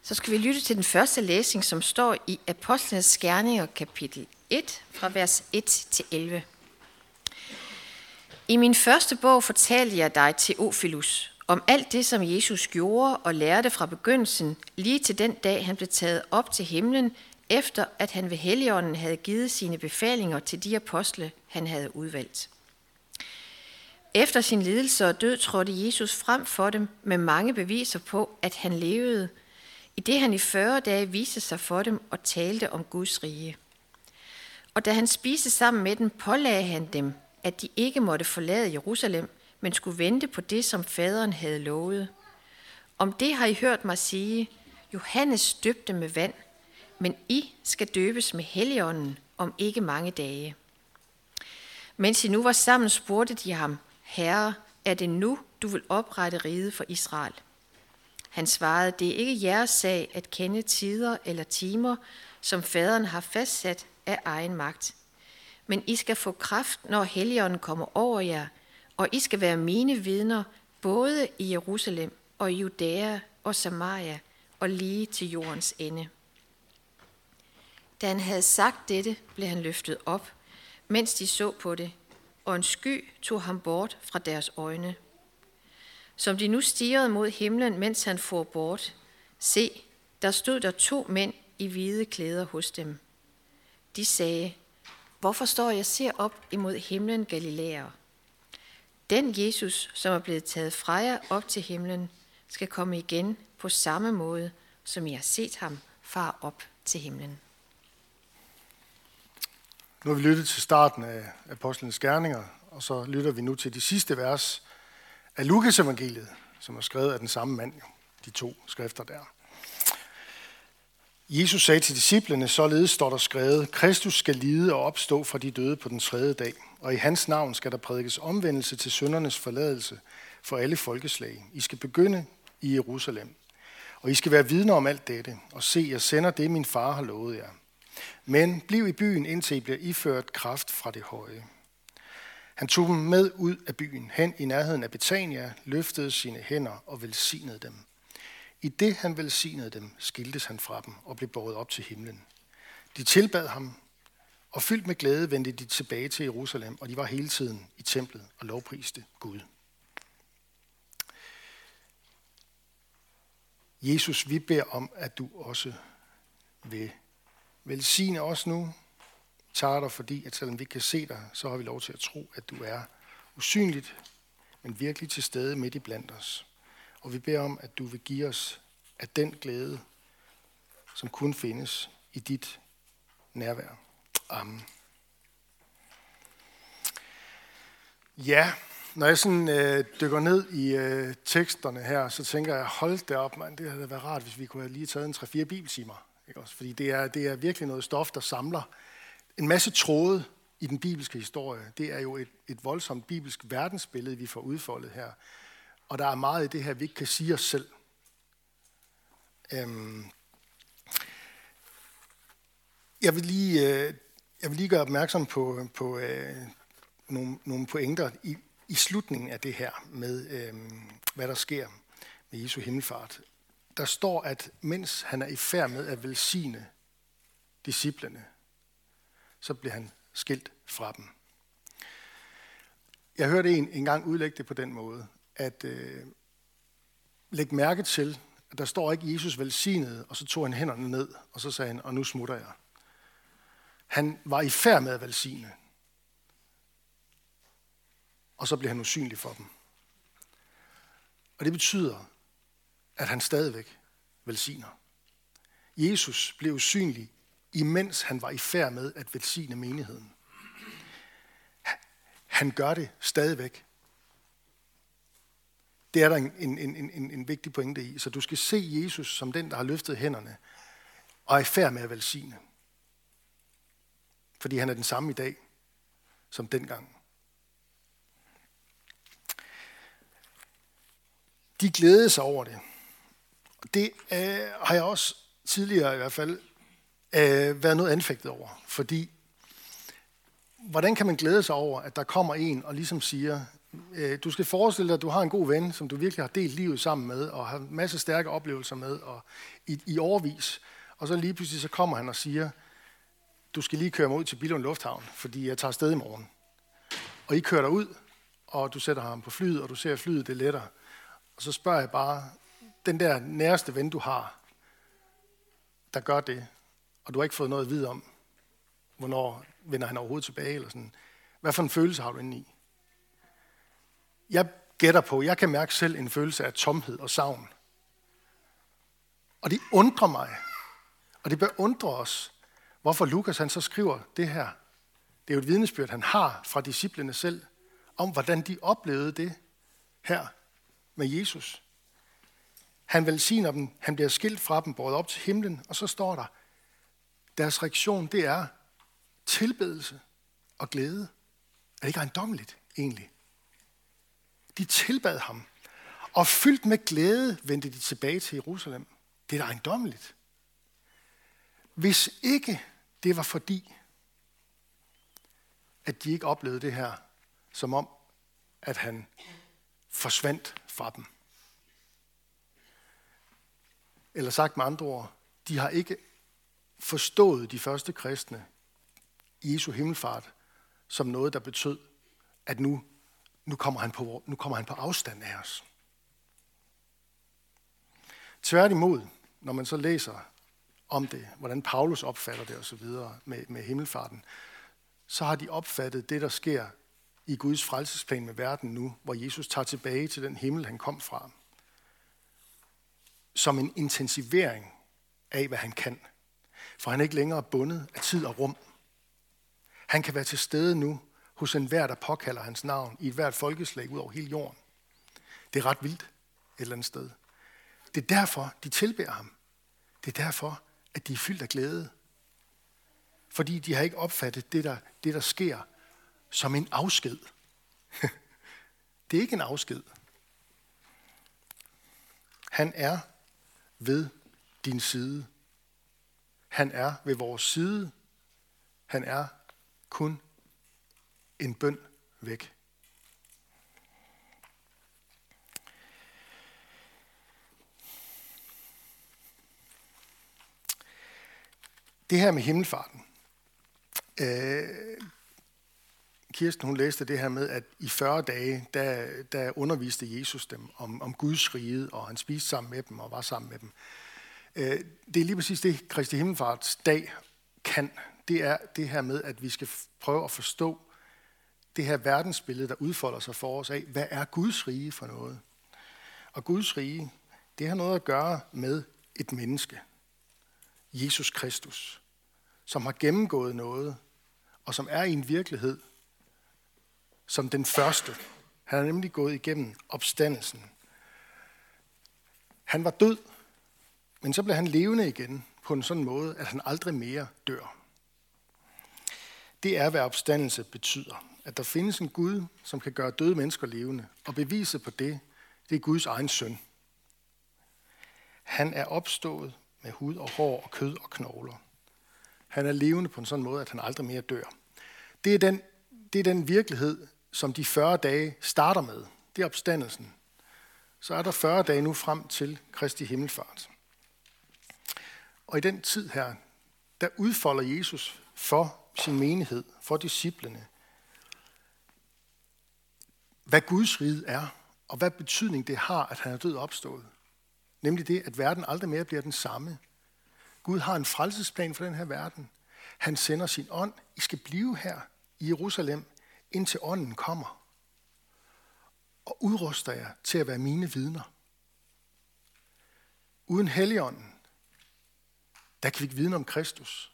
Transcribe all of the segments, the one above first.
Så skal vi lytte til den første læsning, som står i Apostlenes Gerninger, kapitel 1, fra vers 1 til 11. I min første bog fortalte jeg dig, Theophilus, om alt det, som Jesus gjorde og lærte fra begyndelsen, lige til den dag, han blev taget op til himlen, efter at han ved Helligånden havde givet sine befalinger til de apostle, han havde udvalgt. Efter sin lidelse og død trådte Jesus frem for dem med mange beviser på, at han levede, i det han i 40 dage viste sig for dem og talte om Guds rige. Og da han spiste sammen med dem, pålagde han dem, at de ikke måtte forlade Jerusalem, men skulle vente på det, som faderen havde lovet. Om det har I hørt mig sige, Johannes døbte med vand, men I skal døbes med Helligånden om ikke mange dage. Mens de nu var sammen, spurgte de ham, Herre, er det nu, du vil oprette riget for Israel? Han svarede, det er ikke jeres sag at kende tider eller timer, som faderen har fastsat af egen magt. Men I skal få kraft, når Helligånden kommer over jer, og I skal være mine vidner, både i Jerusalem og i Judæa og Samaria og lige til jordens ende. Da han havde sagt dette, blev han løftet op, mens de så på det, og en sky tog ham bort fra deres øjne. Som de nu stirrede mod himlen, mens han for bort, se, der stod der 2 mænd i hvide klæder hos dem. De sagde, hvorfor står jeg ser op imod himlen, Galilæer? Den Jesus, som er blevet taget fra jer op til himlen, skal komme igen på samme måde, som I har set ham fare op til himlen. Nu har vi lyttet til starten af Apostlenes Gerninger, og så lytter vi nu til de sidste vers af Lukas evangeliet, som er skrevet af den samme mand, de 2 skrifter der. Jesus sagde til disciplene, således står der skrevet, Kristus skal lide og opstå fra de døde på den 3. dag, og i hans navn skal der prædikes omvendelse til syndernes forladelse for alle folkeslag. I skal begynde i Jerusalem, og I skal være vidner om alt dette, og se, jeg sender det, min far har lovet jer. Men bliv i byen, indtil I bliver iført kraft fra det høje. Han tog dem med ud af byen, hen i nærheden af Betania, løftede sine hænder og velsignede dem. I det han velsignede dem, skiltes han fra dem og blev båret op til himlen. De tilbad ham, og fyldt med glæde vendte de tilbage til Jerusalem, og de var hele tiden i templet og lovpriste Gud. Jesus, vi beder om, at du også vil velsigne os nu. Tager dig, fordi at selvom vi kan se dig, så har vi lov til at tro, at du er usynligt, men virkelig til stede midt i blandt os. Og vi beder om, at du vil give os af den glæde, som kun findes i dit nærvær. Amen. Ja, når jeg sådan dykker ned i teksterne her, så tænker jeg, hold da op, man, det havde været rart, hvis vi kunne have lige taget en 3-4 bibeltimer. Ikke også? Fordi det er virkelig noget stof, der samler en masse tråde i den bibelske historie. Det er jo et voldsomt bibelsk verdensbillede, vi får udfoldet her. Og der er meget i det her, vi ikke kan sige os selv. Jeg vil lige gøre opmærksom på nogle pointer i slutningen af det her med, hvad der sker med Jesu himmelfart. Der står, at mens han er i færd med at velsigne disciplene, så bliver han skilt fra dem. Jeg hørte en gang udlægge det på den måde, at lægge mærke til, at der står ikke Jesus velsignede, og så tog han hænderne ned, og så sagde han, og nu smutter jeg. Han var i færd med at velsigne, og så blev han usynlig for dem. Og det betyder, at han stadigvæk velsigner. Jesus blev usynlig, imens han var i færd med at velsigne menigheden. Han gør det stadigvæk. Det er der en vigtig pointe i. Så du skal se Jesus som den, der har løftet hænderne og er i færd med at velsigne. Fordi han er den samme i dag som dengang. De glædede sig over det. Og det har jeg også tidligere i hvert fald været noget anfægtet over. Fordi, hvordan kan man glæde sig over, at der kommer en og ligesom siger, Du skal forestille dig, at du har en god ven, som du virkelig har delt livet sammen med, og har en masse stærke oplevelser med, og i årevis. Og så lige pludselig så kommer han og siger, du skal lige køre mig ud til Billund Lufthavn, fordi jeg tager afsted i morgen. Og I kører derud, og du sætter ham på flyet, og du ser, at flyet det letter. Og så spørger jeg bare, den der næreste ven, du har, der gør det, og du har ikke fået noget at vide om, hvornår vender han overhovedet tilbage, eller sådan. Hvad for en følelse har du inde i? Jeg gætter på, jeg kan mærke selv en følelse af tomhed og savn. Og det undrer mig, og det bør undre os, hvorfor Lukas han så skriver det her. Det er jo et vidnesbyrd, han har fra disciplene selv, om hvordan de oplevede det her med Jesus. Han velsigner dem, han bliver skilt fra dem, båret op til himlen, og så står der, deres reaktion, det er tilbedelse og glæde. Er det ikke ejendommeligt, egentlig? De tilbad ham, og fyldt med glæde vendte de tilbage til Jerusalem. Det er da ejendommeligt. Hvis ikke det var fordi, at de ikke oplevede det her, som om, at han forsvandt fra dem. Eller sagt med andre ord, de har ikke forstået de første kristne Jesu himmelfart som noget, der betød, at nu kommer han på afstand af os. Tværtimod, når man så læser om det, hvordan Paulus opfatter det osv. med himmelfarten, så har de opfattet det, der sker i Guds frelsesplan med verden nu, hvor Jesus tager tilbage til den himmel, han kom fra, som en intensivering af, hvad han kan. For han er ikke længere bundet af tid og rum. Han kan være til stede nu hos enhver, der påkalder hans navn, i et hvert folkeslag ud over hele jorden. Det er ret vildt et eller andet sted. Det er derfor, de tilbeder ham. Det er derfor, at de er fyldt af glæde. Fordi de har ikke opfattet det, der sker, som en afsked. Det er ikke en afsked. Han er ved din side. Han er ved vores side. Han er kun en bøn væk. Det her med himmelfarten. Kirsten, hun læste det her med, at i 40 dage, der underviste Jesus dem om Guds rige, og han spiste sammen med dem og var sammen med dem. Det er lige præcis det, Kristi Himmelfarts dag kan. Det er det her med, at vi skal prøve at forstå det her verdensbillede, der udfolder sig for os af, hvad er Guds rige for noget? Og Guds rige, det har noget at gøre med et menneske, Jesus Kristus, som har gennemgået noget, og som er i en virkelighed som den første. Han har nemlig gået igennem opstandelsen. Han var død, men så blev han levende igen på en sådan måde, at han aldrig mere dør. Det er, hvad opstandelse betyder. At der findes en Gud, som kan gøre døde mennesker levende, og beviset på det er Guds egen søn. Han er opstået med hud og hår og kød og knogler. Han er levende på en sådan måde, at han aldrig mere dør. Det er den virkelighed, som de 40 dage starter med. Det er opstandelsen. Så er der 40 dage nu frem til Kristi himmelfart. Og i den tid her, der udfolder Jesus for sin menighed, for disciplene, hvad Guds rige er, og hvad betydning det har, at han er død og opstået. Nemlig det, at verden aldrig mere bliver den samme. Gud har en frelsesplan for den her verden. Han sender sin ånd. I skal blive her i Jerusalem, indtil ånden kommer. Og udruster jer til at være mine vidner. Uden Helligånden, der kan vi ikke vidne om Kristus.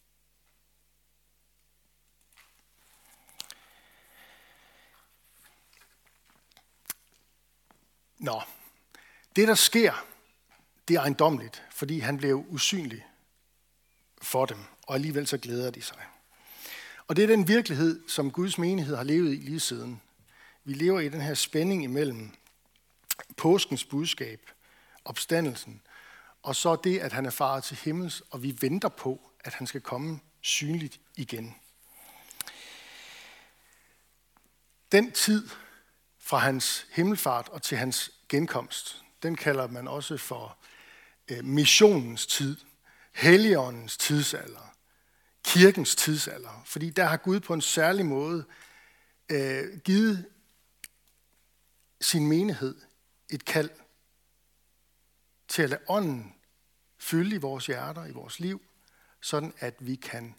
Nå, det der sker, det er ejendommeligt, fordi han blev usynlig for dem, og alligevel så glæder de sig. Og det er den virkelighed, som Guds menighed har levet i lige siden. Vi lever i den her spænding imellem påskens budskab, opstandelsen, og så det, at han er faret til himmels, og vi venter på, at han skal komme synligt igen. Den tid, fra hans himmelfart og til hans genkomst. Den kalder man også for missionens tid, Helligåndens tidsalder, kirkens tidsalder. Fordi der har Gud på en særlig måde givet sin menighed et kald til at lade ånden fylde i vores hjerter, i vores liv, sådan at vi kan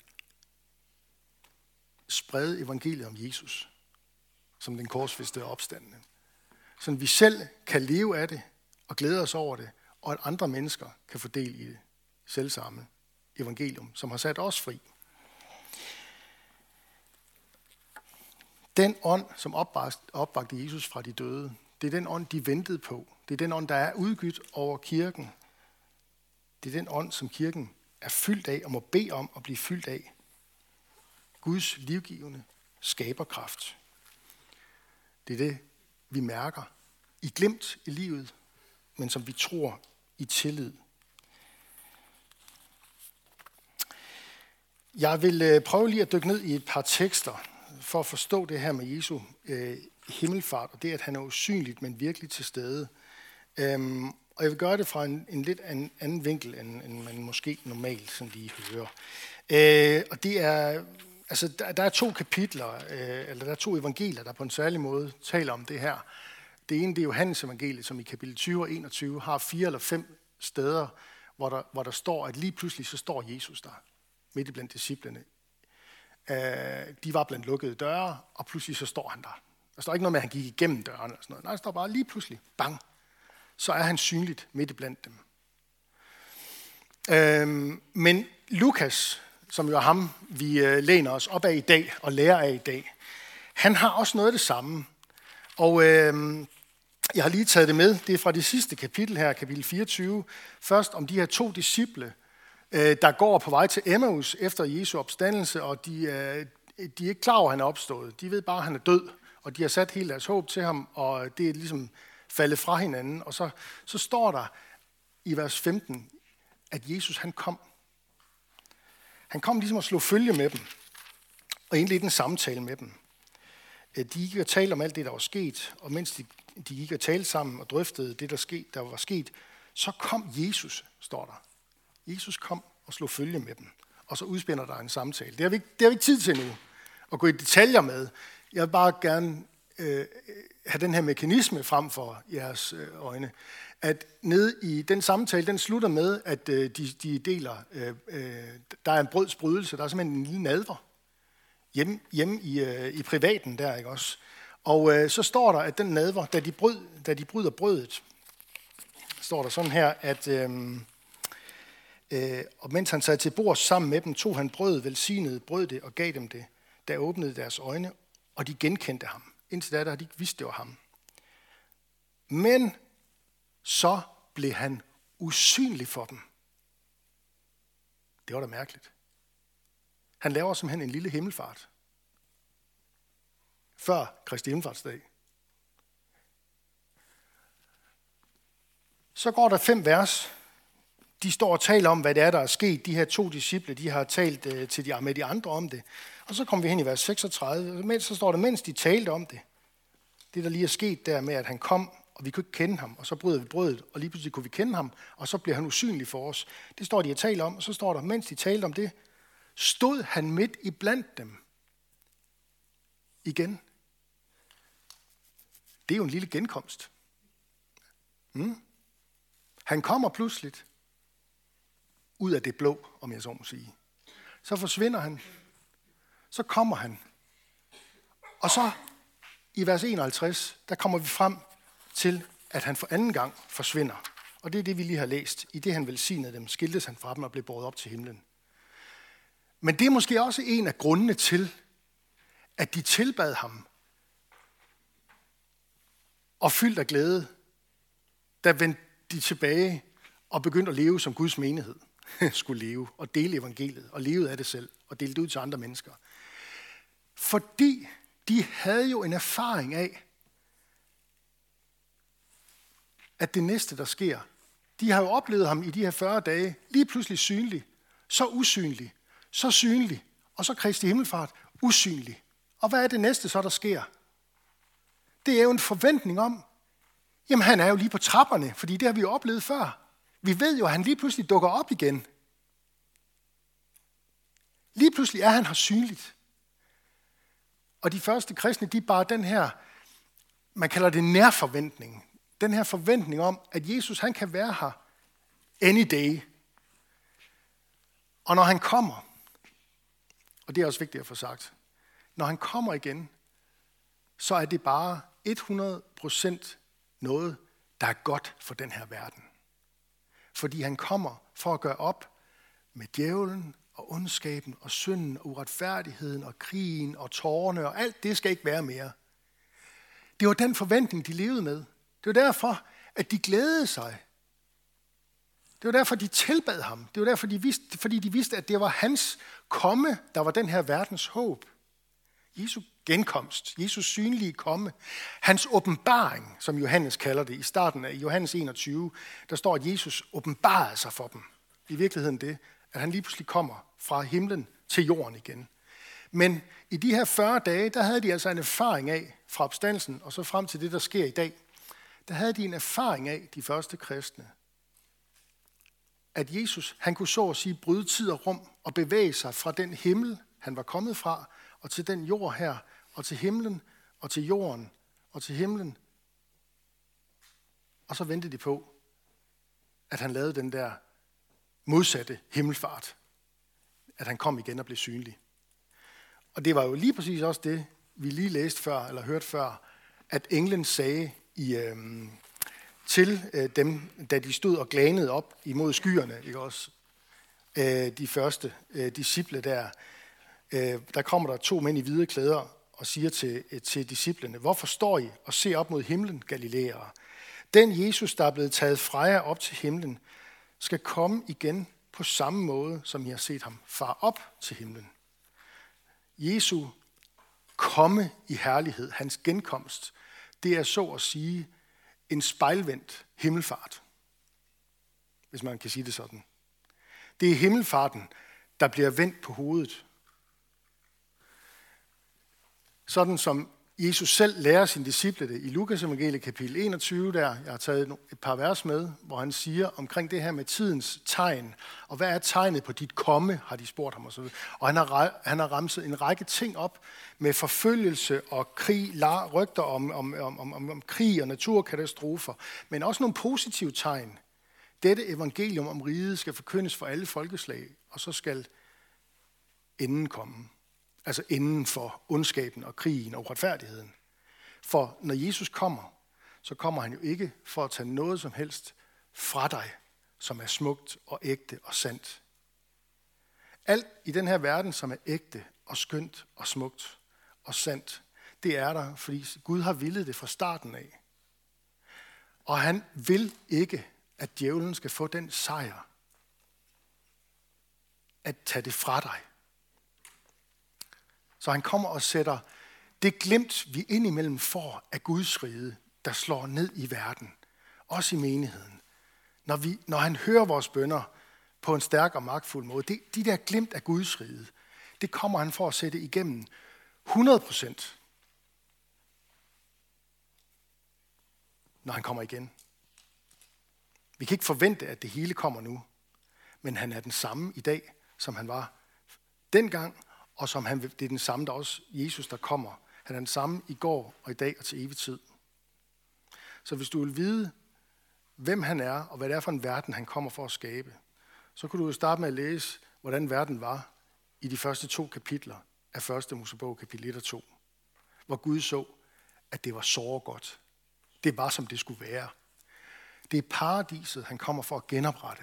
sprede evangeliet om Jesus, som den korsfæstede opstandende. Sådan vi selv kan leve af det og glæde os over det, og at andre mennesker kan få del i det selvsamme evangelium, som har sat os fri. Den ånd, som opbragte Jesus fra de døde, det er den ånd, de ventede på. Det er den ånd, der er udgydt over kirken. Det er den ånd, som kirken er fyldt af og må bede om at blive fyldt af. Guds livgivende skaberkraft. Det er det, vi mærker i glimt i livet, men som vi tror i tillid. Jeg vil prøve lige at dykke ned i et par tekster, for at forstå det her med Jesu himmelfart, og det, at han er usynligt, men virkelig til stede. Og jeg vil gøre det fra en lidt anden vinkel, end man måske normalt sådan lige hører. Og det er, altså der er 2 kapitler, eller der er 2 evangelier, der på en særlig måde taler om det her. Det ene, det er Johannes evangeliet, som i kapitel 20 og 21 har 4 eller 5 steder, hvor der står, at lige pludselig så står Jesus der, midt i blandt disciplene. De var blandt lukkede døre, og pludselig så står han der. Der står ikke noget med, at han gik igennem dørene eller sådan noget. Nej, der står bare lige pludselig, bang, så er han synligt midt i blandt dem. Men Lukas, som jo er ham, vi læner os op af i dag og lærer af i dag, han har også noget af det samme. Og jeg har lige taget det med. Det er fra det sidste kapitel her, kapitel 24. Først om de her 2 disciple, der går på vej til Emmaus efter Jesu opstandelse, og de er ikke klar over, at han er opstået. De ved bare, at han er død, og de har sat hele deres håb til ham, og det er ligesom faldet fra hinanden. Og så står der i vers 15, at Jesus han kom. Han kom ligesom at slå følge med dem, og indledte en samtale med dem. De gik og talte om alt det, der var sket, og mens de gik og talte sammen og drøftede det, der var sket, så kom Jesus, står der. Jesus kom og slog følge med dem, og så udspænder der en samtale. Det har vi ikke tid til nu at gå i detaljer med. Jeg vil bare gerne have den her mekanisme frem for jeres øjne, at nede i den samtale, den slutter med, at de deler, der er en brødsbrydelse, der er simpelthen en lille nadver hjemme i privaten der, ikke også? Og så står der, at den nadver, da de bryder brødet, står der sådan her, at og mens han sad til bord sammen med dem, tog han brødet, velsignede, brød det og gav dem det, der åbnede deres øjne, og de genkendte ham. Indtil da har de ikke vidst, det var ham. Men så blev han usynlig for dem. Det var da mærkeligt. Han laver simpelthen en lille himmelfart. Før Kristi himmelfartsdag. Så går der 5 vers. De står og taler om, hvad det er, der er sket. De her 2 disciple, de har talt med de andre om det. Og så kommer vi hen i vers 36. Så står der, mens de talte om det. Det, der lige er sket der med, at han kom, og vi kunne ikke kende ham. Og så bryder vi brødet, og lige pludselig kunne vi kende ham. Og så bliver han usynlig for os. Det står de og taler om. Og så står der, mens de talte om det, stod han midt i blandt dem. Igen. Det er jo en lille genkomst. Han kommer pludseligt ud af det blå, om jeg så må sige. Så forsvinder han. Så kommer han. Og så i vers 51, der kommer vi frem til, at han for anden gang forsvinder. Og det er det, vi lige har læst. I det han velsignede dem, skiltes han fra dem og blev båret op til himlen. Men det er måske også en af grundene til, at de tilbad ham og fyldt af glæde, der vendte de tilbage og begyndte at leve som Guds menighed skulle leve, og dele evangeliet, og leve af det selv, og dele det ud til andre mennesker. Fordi de havde jo en erfaring af, at det næste, der sker, de har jo oplevet ham i de her 40 dage, lige pludselig synlig, så usynlig, så synlig, og så Kristi himmelfart, usynlig. Og hvad er det næste så, der sker? Det er jo en forventning om, jamen han er jo lige på trapperne, fordi det har vi jo oplevet før. Vi ved jo, at han lige pludselig dukker op igen. Lige pludselig er han her synligt. Og de første kristne, de bare den her, man kalder det nærforventning. Den her forventning om, at Jesus han kan være her any day. Og når han kommer, og det er også vigtigt at få sagt, når han kommer igen, så er det bare 100% noget, der er godt for den her verden. Fordi han kommer for at gøre op med djævlen og ondskaben og synden og uretfærdigheden og krigen og tårerne og alt det skal ikke være mere. Det var den forventning, de levede med. Det var derfor, at de glædede sig. Det var derfor, de tilbad ham. Det var derfor, fordi de vidste, at det var hans komme, der var den her verdens håb. Jesu genkomst, Jesus synlige komme, hans åbenbaring, som Johannes kalder det, i starten af Johannes 21, der står, at Jesus åbenbarede sig for dem. I virkeligheden det, at han lige pludselig kommer fra himlen til jorden igen. Men i de her 40 dage, der havde de altså en erfaring af, fra opstandelsen og så frem til det, der sker i dag, der havde de en erfaring af, de første kristne, at Jesus, han kunne så at sige bryde tid og rum og bevæge sig fra den himmel, han var kommet fra, og til den jord her, og til himlen, og til jorden, og til himlen. Og så ventede de på, at han lavede den der modsatte himmelfart. At han kom igen og blev synlig. Og det var jo lige præcis også det, vi lige læste før, eller hørte før, at englen sagde til dem, da de stod og glanede op imod skyerne, ikke også? De første disciple der kommer der 2 mænd i hvide klæder og siger til disciplene, hvorfor står I og ser op mod himlen, Galilæere? Den Jesus, der er blevet taget fra jer op til himlen, skal komme igen på samme måde, som I har set ham far op til himlen. Jesu komme i herlighed, hans genkomst, det er så at sige en spejlvendt himmelfart, hvis man kan sige det sådan. Det er himmelfarten, der bliver vendt på hovedet. Sådan som Jesus selv lærer sine disciple det i Lukas evangeliet kapitel 21, der jeg har taget et par vers med, hvor han siger omkring det her med tidens tegn. Og hvad er tegnet på dit komme, har de spurgt ham. Og han har ramset en række ting op med forfølgelse og krig, rygter om krig og naturkatastrofer, men også nogle positive tegn. Dette evangelium om riget skal forkyndes for alle folkeslag, og så skal enden komme. Altså inden for ondskaben og krigen og uretfærdigheden. For når Jesus kommer, så kommer han jo ikke for at tage noget som helst fra dig, som er smukt og ægte og sandt. Alt i den her verden, som er ægte og skønt og smukt og sandt, det er der, fordi Gud har villet det fra starten af. Og han vil ikke, at djævlen skal få den sejr at tage det fra dig. Så han kommer og sætter det glimt, vi indimellem får af Guds rige, der slår ned i verden, også i menigheden. Når han hører vores bønner på en stærk og magtfuld måde, de der glimt af Guds rige, det kommer han for at sætte igennem 100%, når han kommer igen. Vi kan ikke forvente, at det hele kommer nu, men han er den samme i dag, som han var dengang, og som det er den samme, der også Jesus, der kommer. Han er den samme i går og i dag og til evig tid. Så hvis du vil vide, hvem han er, og hvad det er for en verden, han kommer for at skabe, så kunne du jo starte med at læse, hvordan verden var i de første 2 kapitler af 1. Mosebog, kapitel 1 og 2. Hvor Gud så, at det var så godt. Det var, som det skulle være. Det er paradiset, han kommer for at genoprette.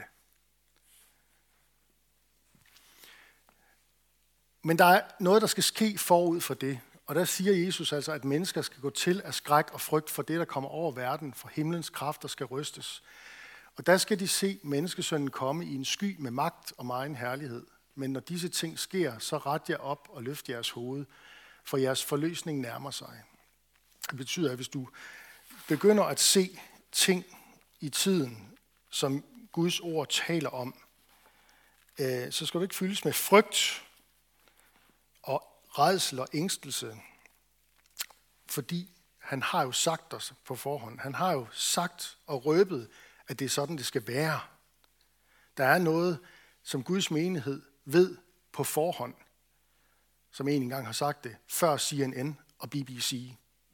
Men der er noget, der skal ske forud for det. Og der siger Jesus altså, at mennesker skal gå til af skræk og frygt for det, der kommer over verden, for himlens kræfter skal rystes. Og der skal de se menneskesønnen komme i en sky med magt og megen herlighed. Men når disse ting sker, så ret jer op og løft jeres hoved, for jeres forløsning nærmer sig. Det betyder, at hvis du begynder at se ting i tiden, som Guds ord taler om, så skal du ikke fyldes med frygt og rædsel og ængstelse, fordi han har jo sagt os på forhånd. Han har jo sagt og røbet, at det er sådan, det skal være. Der er noget, som Guds menighed ved på forhånd, som en engang har sagt det, før CNN og BBC.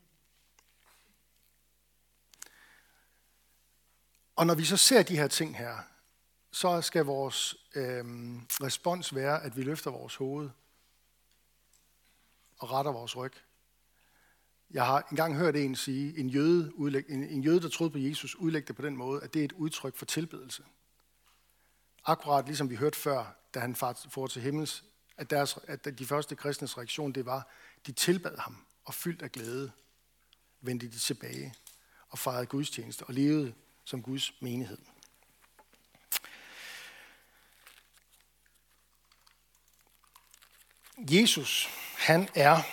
Og når vi så ser de her ting her, så skal vores respons være, at vi løfter vores hoved og retter vores ryg. Jeg har engang hørt en sige, en jøde, der troede på Jesus, udlægte det på den måde, at det er et udtryk for tilbedelse. Akkurat ligesom vi hørte før, da han for til himmels, at de første kristnes reaktion, det var, de tilbad ham, og fyldt af glæde vendte de tilbage og fejrede gudstjeneste og levede som Guds menighed. Jesus, han er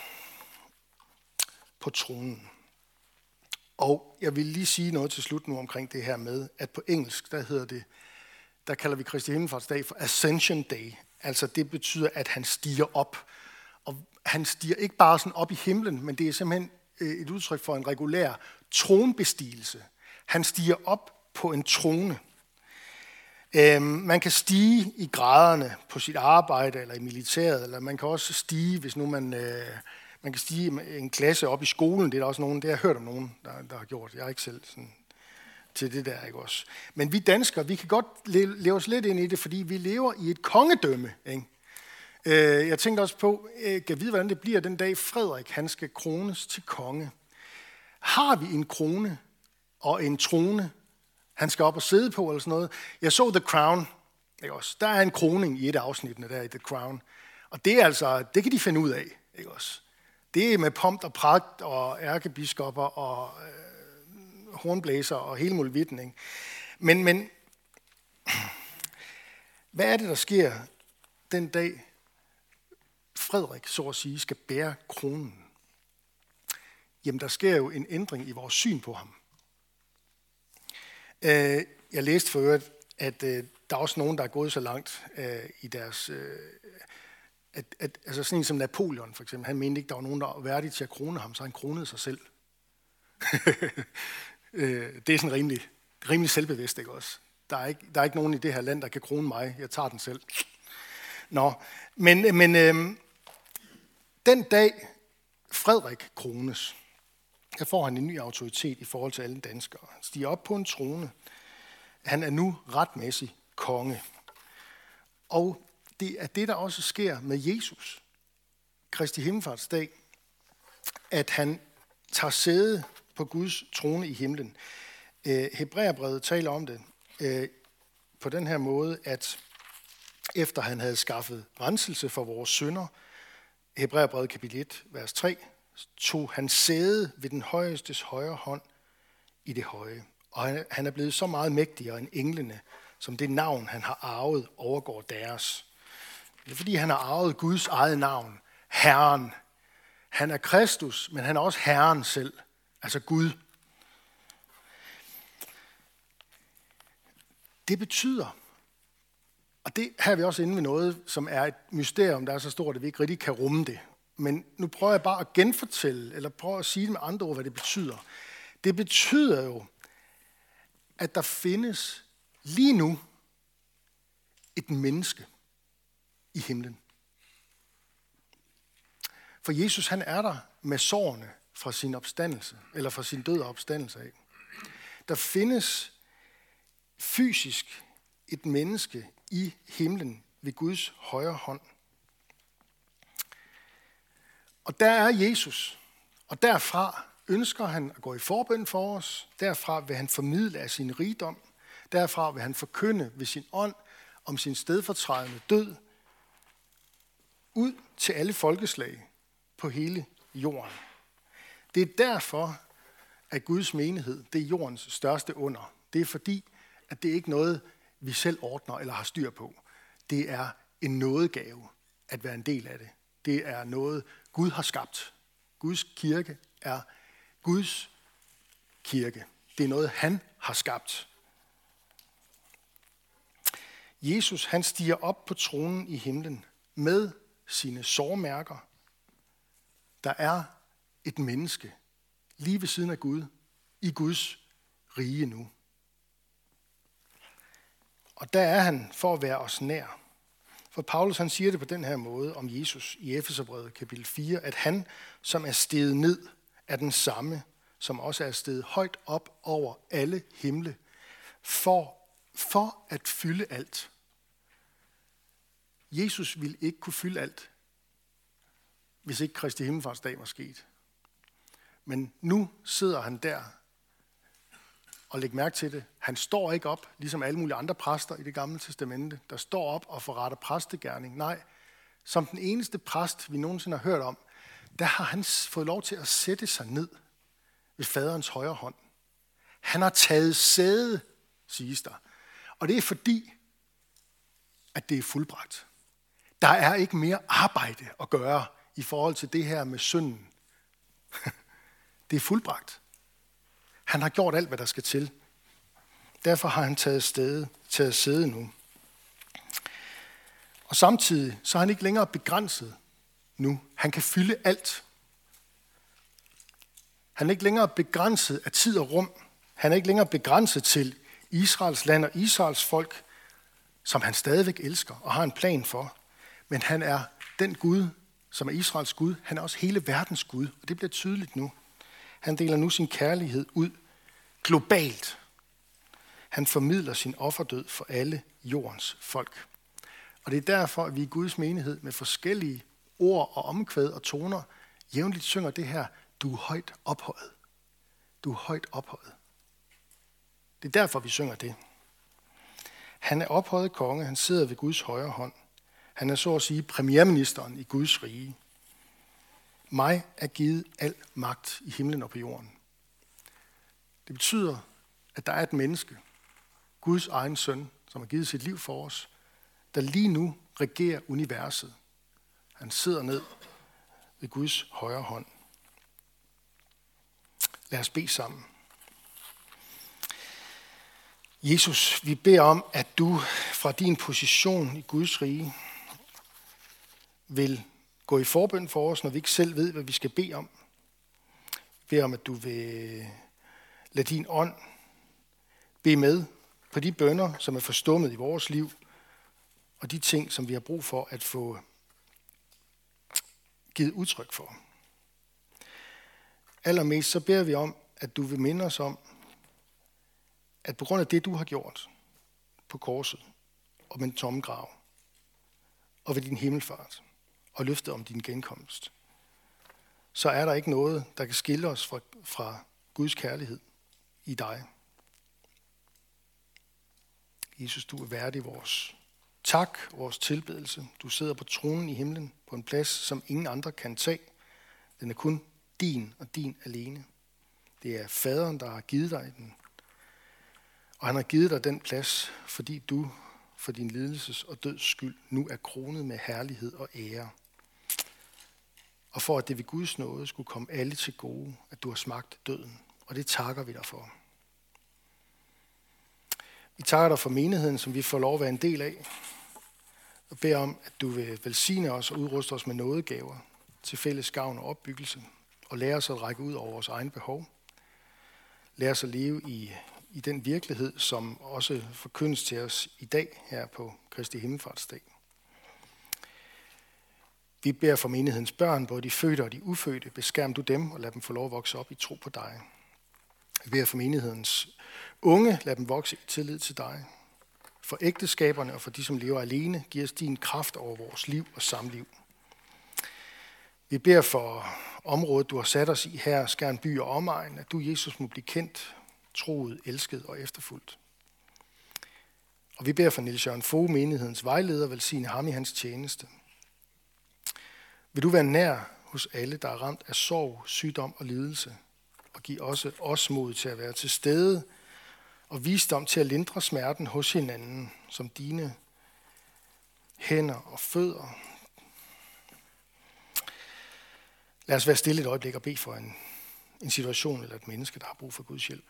på tronen. Og jeg vil lige sige noget til slut nu omkring det her med, at på engelsk, der kalder vi Kristi Himmelfartsdag for Ascension Day. Altså det betyder, at han stiger op. Og han stiger ikke bare sådan op i himlen, men det er simpelthen et udtryk for en regulær tronbestigelse. Han stiger op på en trone. Man kan stige i graderne på sit arbejde eller i militæret, eller man kan også stige, hvis nu man kan stige en klasse op i skolen. Det er der også nogen, det har jeg hørt om nogen, der har gjort. Jeg er ikke selv sådan til det der, ikke også. Men vi danskere, vi kan godt leve os lidt ind i det, fordi vi lever i et kongedømme, ikke? Jeg tænkte også på, kan vide, hvordan det bliver den dag Frederik, han skal krones til konge. Har vi en krone og en trone, han skal op og sidde på, eller sådan noget? Jeg så The Crown, ikke også? Der er en kroning i et af afsnittene der i The Crown. Og det er altså, det kan de finde ud af, ikke også? Det er med pomp og pragt og ærkebiskopper og hornblæser og hele muligheden, ikke? Men hvad er det, der sker den dag, Frederik, så at sige, skal bære kronen? Jamen, der sker jo en ændring i vores syn på ham. Jeg læste for øvrigt, at der er også nogen, der er gået så langt i deres... altså sådan en som Napoleon, for eksempel, han mente ikke, der var nogen, der var værdig til at krone ham, så han kronede sig selv. Det er sådan rimelig selvbevidst, ikke også? Der er ikke nogen i det her land, der kan krone mig. Jeg tager den selv. Nå, men den dag Frederik krones, der får han en ny autoritet i forhold til alle danskere. Han stiger op på en trone. Han er nu retmæssig konge. Og det er det, der også sker med Jesus, Kristi Himmelfartsdag, at han tager sæde på Guds trone i himlen. Hebræerbrevet taler om det på den her måde, at efter han havde skaffet renselse for vores synder, Hebræerbrevet kapitel 1, vers 3, tog han sæde ved den højestes højre hånd i det høje. Og han er blevet så meget mægtigere end englene, som det navn, han har arvet, overgår deres. Det er fordi, han har arvet Guds eget navn, Herren. Han er Kristus, men han er også Herren selv, altså Gud. Det betyder, og det her er vi også inde ved noget, som er et mysterium, der er så stort, at vi ikke rigtig kan rumme det. Men nu prøver jeg bare at genfortælle, eller prøve at sige det med andre ord, hvad det betyder. Det betyder jo, at der findes lige nu et menneske i himlen. For Jesus, han er der med sårene fra sin opstandelse, eller fra sin død og opstandelse af. Der findes fysisk et menneske i himlen ved Guds højre hånd. Og der er Jesus, og derfra ønsker han at gå i forbøn for os. Derfra vil han formidle af sin rigdom. Derfra vil han forkynde ved sin ånd om sin stedfortrædende død ud til alle folkeslag på hele jorden. Det er derfor, at Guds menighed, det er jordens største under. Det er fordi, at det ikke er noget, vi selv ordner eller har styr på. Det er en nådegave at være en del af det. Det er noget, Gud har skabt. Guds kirke er Guds kirke. Det er noget, han har skabt. Jesus, han stiger op på tronen i himlen med sine sårmærker. Der er et menneske lige ved siden af Gud, i Guds rige nu. Og der er han for at være os nær. For Paulus han siger det på den her måde om Jesus i Efeserbrevet kapitel 4, at han, som er steget ned, er den samme, som også er steget højt op over alle himle, for at fylde alt. Jesus ville ikke kunne fylde alt, hvis ikke Kristi himmelfartsdag var sket. Men nu sidder han der, og læg mærke til det, han står ikke op, ligesom alle mulige andre præster i Det Gamle Testamente, der står op og forretter præstegerning. Nej, som den eneste præst, vi nogensinde har hørt om, der har han fået lov til at sætte sig ned ved faderens højre hånd. Han har taget sæde, siges der. Og det er fordi, at det er fuldbragt. Der er ikke mere arbejde at gøre i forhold til det her med synden. Det er fuldbragt. Han har gjort alt, hvad der skal til. Derfor har han taget sæde nu. Og samtidig så er han ikke længere begrænset nu. Han kan fylde alt. Han er ikke længere begrænset af tid og rum. Han er ikke længere begrænset til Israels land og Israels folk, som han stadigvæk elsker og har en plan for. Men han er den Gud, som er Israels Gud. Han er også hele verdens Gud, og det bliver tydeligt nu. Han deler nu sin kærlighed ud globalt. Han formidler sin offerdød for alle jordens folk. Og det er derfor, at vi i Guds menighed med forskellige ord og omkvæd og toner jævnligt synger det her, du er højt ophøjet. Du er højt ophøjet. Det er derfor, vi synger det. Han er ophøjet konge, han sidder ved Guds højre hånd. Han er så at sige premierministeren i Guds rige. Mig er givet al magt i himlen og på jorden. Det betyder, at der er et menneske, Guds egen søn, som har givet sit liv for os, der lige nu regerer universet. Han sidder ned ved Guds højre hånd. Lad os bede sammen. Jesus, vi beder om, at du fra din position i Guds rige vil gå i forbøn for os, når vi ikke selv ved, hvad vi skal bede om. Vi beder om, at du vil lade din ånd bede med på de bønner, som er forstummet i vores liv, og de ting, som vi har brug for at få givet udtryk for. Allermest så beder vi om, at du vil minde os om, at på grund af det, du har gjort på korset og med den tomme grav og ved din himmelfart og løftet om din genkomst, så er der ikke noget, der kan skille os fra Guds kærlighed i dig. Jesus, du er værdig vores tak, vores tilbedelse. Du sidder på tronen i himlen på en plads, som ingen andre kan tage. Den er kun din og din alene. Det er faderen, der har givet dig den. Og han har givet dig den plads, fordi du for din lidelses og døds skyld nu er kronet med herlighed og ære. Og for at det ved Guds nåde skulle komme alle til gode, at du har smagt døden. Og det takker vi dig for. Vi takker dig for menigheden, som vi får lov at være en del af. Og beder om, at du vil velsigne os og udruste os med nådegaver til fælles gavn og opbyggelse. Og lære os at række ud over vores egen behov. Lære os at leve i den virkelighed, som også forkyndes til os i dag her på Kristi himmelfartsdag. Vi beder for menighedens børn, både de fødte og de ufødte. Beskærm du dem og lad dem få lov at vokse op i tro på dig. Vi beder for menighedens unge, lad dem vokse i tillid til dig. For ægteskaberne og for de, som lever alene, giv os din kraft over vores liv og samliv. Vi beder for området, du har sat os i her, Skjern by og omegn, at du, Jesus, må blive kendt, troet, elsket og efterfulgt. Og vi beder for Niels Jørgen Fogh, menighedens vejleder, velsigne ham i hans tjeneste. Vil du være nær hos alle, der er ramt af sorg, sygdom og lidelse, og give også os mod til at være til stede og visdom til at lindre smerten hos hinanden, som dine hænder og fødder. Lad os være stille et øjeblik og bede for en situation eller et menneske, der har brug for Guds hjælp.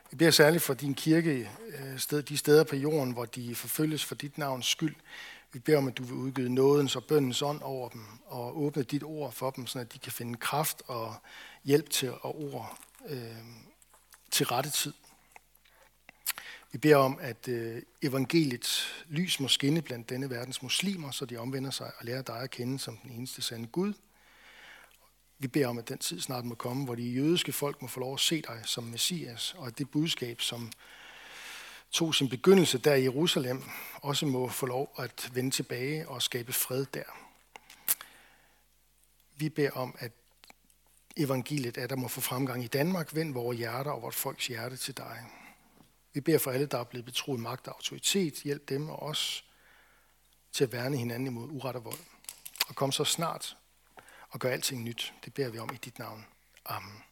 Vi beder særligt for din kirke, de steder på jorden, hvor de forfølges for dit navns skyld. Vi beder om, at du vil udgyde nådens og bøndens ånd over dem, og åbne dit ord for dem, så de kan finde kraft og hjælp til og ord til rette tid. Vi beder om, at evangeliets lys må skinne blandt denne verdens muslimer, så de omvender sig og lærer dig at kende som den eneste sande Gud. Vi beder om, at den tid snart må komme, hvor de jødiske folk må få lov at se dig som Messias, og at det budskab, som tog sin begyndelse der i Jerusalem, også må få lov at vende tilbage og skabe fred der. Vi beder om, at evangeliet der må få fremgang i Danmark. Vend vores hjerter og vort folks hjerte til dig. Vi beder for alle, der er blevet betroet magt og autoritet. Hjælp dem og os til at værne hinanden imod uret og vold. Og kom så snart og gør alting nyt. Det beder vi om i dit navn. Amen.